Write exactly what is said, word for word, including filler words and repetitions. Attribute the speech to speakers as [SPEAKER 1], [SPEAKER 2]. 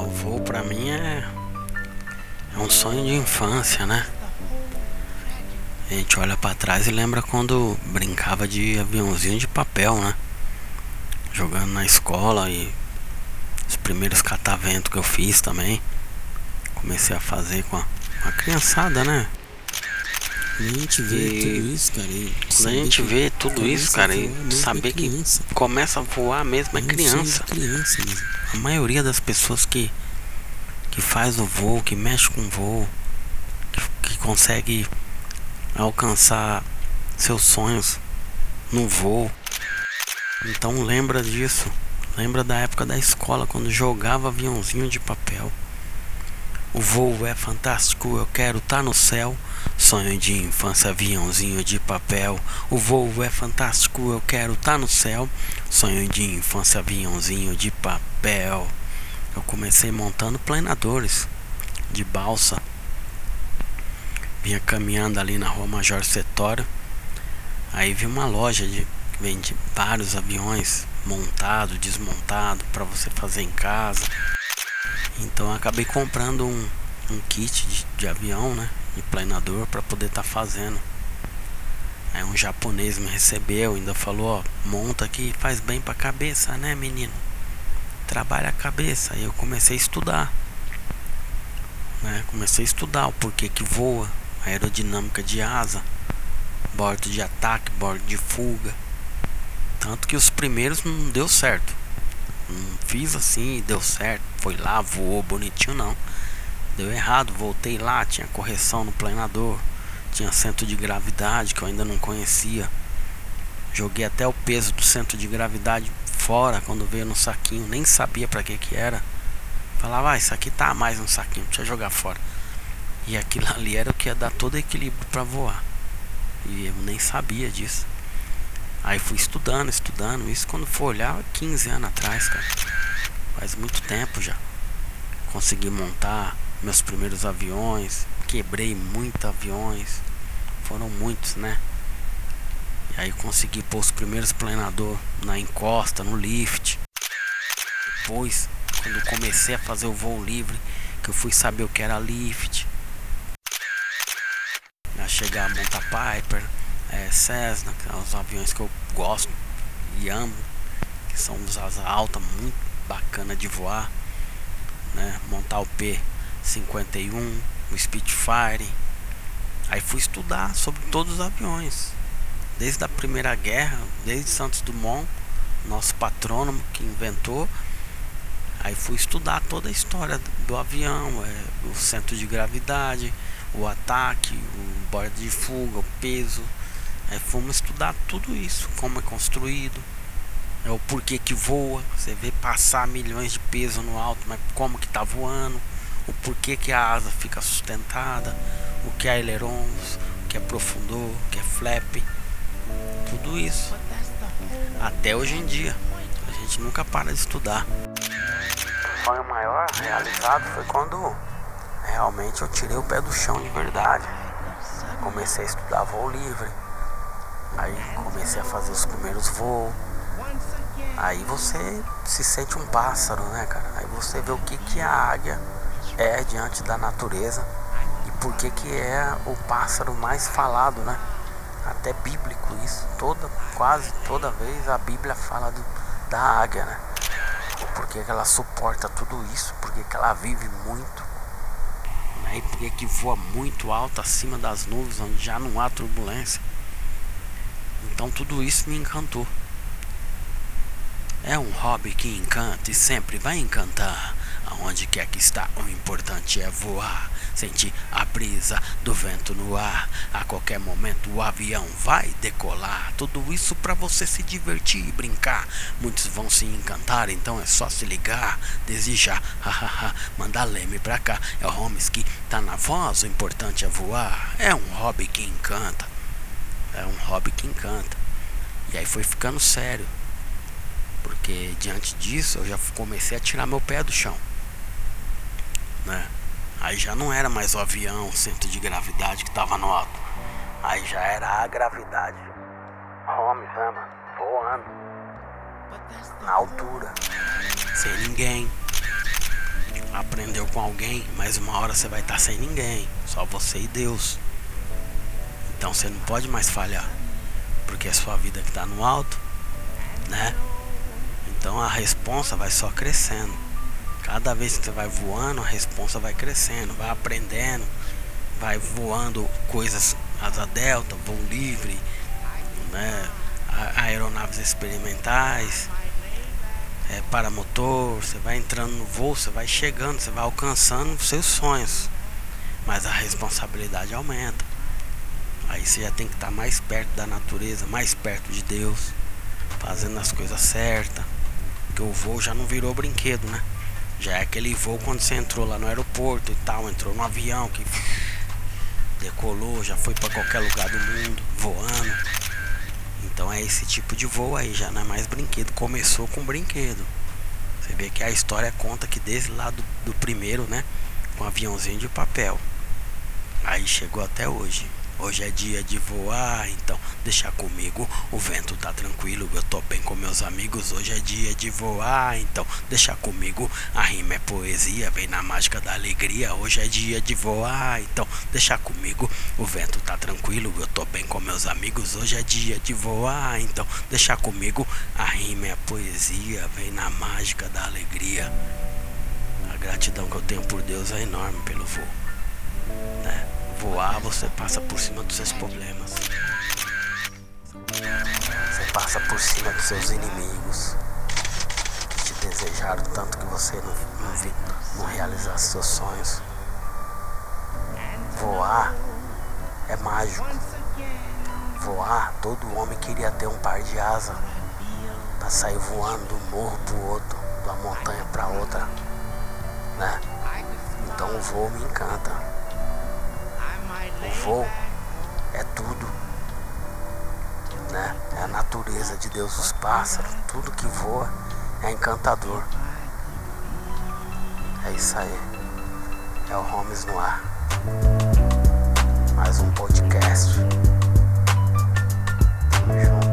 [SPEAKER 1] o voo pra mim é, é um sonho de infância, né? A gente olha pra trás e lembra quando brincava de aviãozinho de papel, né? Jogando na escola e os primeiros cataventos que eu fiz também. Comecei a fazer com a, com a criançada, né?
[SPEAKER 2] Quando a gente vê
[SPEAKER 1] E
[SPEAKER 2] tudo isso, cara, e
[SPEAKER 1] quando a
[SPEAKER 2] saber
[SPEAKER 1] gente
[SPEAKER 2] que
[SPEAKER 1] vê tudo isso,
[SPEAKER 2] começa a
[SPEAKER 1] cara, e
[SPEAKER 2] voar mesmo é
[SPEAKER 1] saber que
[SPEAKER 2] criança.
[SPEAKER 1] começa a voar mesmo é
[SPEAKER 2] É um sonho de
[SPEAKER 1] criança.
[SPEAKER 2] criança mesmo.
[SPEAKER 1] A maioria das pessoas que, que faz o voo, que mexe com o voo, que, que consegue alcançar seus sonhos no voo. Então lembra disso. Lembra da época da escola, quando jogava aviãozinho de papel. O voo é fantástico, eu quero estar no céu. Sonho de infância, aviãozinho de papel. O voo é fantástico, eu quero estar no céu. Sonho de infância, aviãozinho de papel. Eu comecei montando planadores de balsa. Vinha caminhando ali na rua Major Sertório. Aí vi uma loja de vende vários aviões montado, desmontado para você fazer em casa. Então eu acabei comprando um, um kit de, de avião, né, de planador para poder estar tá fazendo. Aí um japonês me recebeu, ainda falou, ó, monta aqui, faz bem pra cabeça, né, menino? Trabalha a cabeça. Aí eu comecei a estudar, né? Comecei a estudar o porquê que voa, aerodinâmica de asa, bordo de ataque, bordo de fuga. Tanto que os primeiros não deu certo. Não fiz assim e deu certo. Foi lá, voou bonitinho, não. Deu errado, voltei lá, tinha correção no planador, tinha centro de gravidade que eu ainda não conhecia. Joguei até o peso do centro de gravidade fora quando veio no saquinho, nem sabia pra que que era. Falava, ah, isso aqui tá a mais no saquinho, deixa eu jogar fora. E aquilo ali era o que ia dar todo equilíbrio pra voar. E eu nem sabia disso. Aí fui estudando, estudando. Isso quando for olhar, quinze anos atrás, cara. Faz muito tempo já. Consegui montar meus primeiros aviões. Quebrei muitos aviões. Foram muitos, né? E aí consegui pôr os primeiros planador na encosta, no lift. Depois, quando comecei a fazer o voo livre, que eu fui saber o que era lift. A chegar a montar Piper, é, Cessna, que são os aviões que eu gosto e amo, que são os asas altas, muito bacana de voar, né? Montar o P cinquenta e um, o Spitfire. Aí fui estudar sobre todos os aviões, desde a Primeira Guerra, desde Santos Dumont, nosso patrônomo que inventou. Aí fui estudar toda a história do avião, é, o centro de gravidade, o ataque, o bordo de fuga, o peso. Aí fomos estudar tudo isso, como é construído, é o porquê que voa. Você vê passar milhões de peso no alto, mas como que tá voando, o porquê que a asa fica sustentada, o que é ailerons, o que é profundor, o que é flap, tudo isso. Até hoje em dia, a gente nunca para de estudar. O sonho maior realizado foi quando realmente eu tirei o pé do chão de verdade. Comecei a estudar voo livre. Aí comecei a fazer os primeiros voos. Aí você se sente um pássaro, né, cara? Aí você vê o que que a águia é diante da natureza e por que que é o pássaro mais falado, né? Até bíblico isso. Toda, quase toda vez a Bíblia fala do, da águia, né? Por que que ela suporta tudo isso? Por que que ela vive muito? Né? E por que que voa muito alto acima das nuvens, onde já não há turbulência? Então tudo isso me encantou. É um hobby que encanta e sempre vai encantar. Aonde quer que está, o importante é voar. Sentir a brisa do vento no ar. A qualquer momento o avião vai decolar. Tudo isso pra você se divertir e brincar. Muitos vão se encantar, então é só se ligar. Desejar, hahaha, mandar leme pra cá. É o Holmes que tá na voz, o importante é voar. É um hobby que encanta. É um hobby que encanta. E aí foi ficando sério, porque diante disso eu já comecei a tirar meu pé do chão, né? Aí já não era mais o avião, o centro de gravidade que estava no alto. Aí já era a gravidade. Holmes, ama, voando na altura, sem ninguém. aprendeu com alguém, mas uma hora você vai estar sem ninguém, só você e Deus. Então você não pode mais falhar, porque é sua vida que está no alto, né? Então a responsa vai só crescendo. Cada vez que você vai voando, a responsa vai crescendo, vai aprendendo, vai voando coisas, asa delta, voo livre, né? Aeronaves experimentais, é, paramotor. Você vai entrando no voo, você vai chegando, você vai alcançando os seus sonhos, mas a responsabilidade aumenta. Aí você já tem que estar mais perto da natureza, mais perto de Deus, fazendo as coisas certas. Porque o voo já não virou brinquedo, né? Já é aquele voo quando você entrou lá no aeroporto e tal, entrou no avião que decolou, já foi para qualquer lugar do mundo voando. Então é esse tipo de voo aí, já não é mais brinquedo. Começou com brinquedo. Você vê que a história conta que desde lá do, do primeiro, né, com um aviãozinho de papel, aí chegou até hoje. Hoje é dia de voar, então deixa comigo, o vento tá tranquilo, eu tô bem com meus amigos. Hoje é dia de voar, então deixa comigo, a rima é poesia, vem na mágica da alegria. Hoje é dia de voar, então deixa comigo, o vento tá tranquilo, eu tô bem com meus amigos. Hoje é dia de voar, então deixa comigo, a rima é poesia, vem na mágica da alegria. A gratidão que eu tenho por Deus é enorme pelo voo, né? Voar, você passa por cima dos seus problemas, você passa por cima dos seus inimigos que te desejaram tanto que você não, não, não realizasse seus sonhos. Voar é mágico. Voar, todo homem queria ter um par de asas para sair voando do morro pro outro, da montanha pra outra, né? Então o voo me encanta. O voo é tudo, né? É a natureza de Deus, os pássaros, tudo que voa é encantador. É isso aí. É o Homes no ar. Mais um podcast. Tamo junto.